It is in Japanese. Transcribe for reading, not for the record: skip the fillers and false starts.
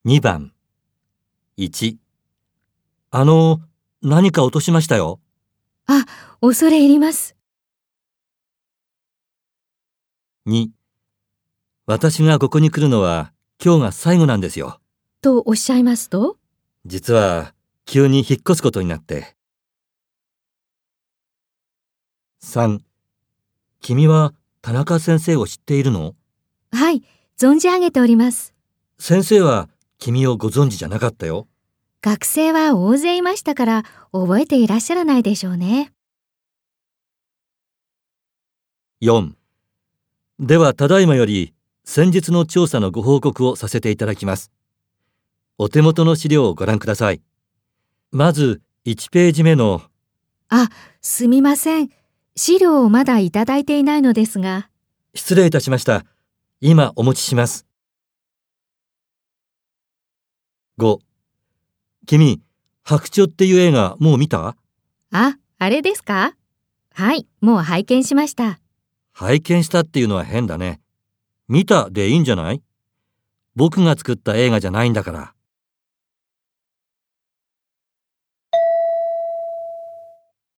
2番。1、何か落としましたよ。 あ、恐れ入ります。 2、私がここに来るのは今日が最後なんですよ。 とおっしゃいますと？ 実は急に引っ越すことになって。3、君は田中先生を知っているの？ はい、存じ上げております。 先生は君をご存知じゃなかったよ。 学生は大勢いましたから覚えていらっしゃらないでしょうね。 4、ではただいまより先日の調査のご報告をさせていただきます。お手元の資料をご覧ください。まず1ページ目の。 あ、すみません。資料をまだいただいていないのですが。 失礼いたしました。今お持ちします。5、君、白鳥っていう映画もう見た？ あ、あれですか？はい、もう拝見しました。 拝見したっていうのは変だね。見たでいいんじゃない？僕が作った映画じゃないんだから。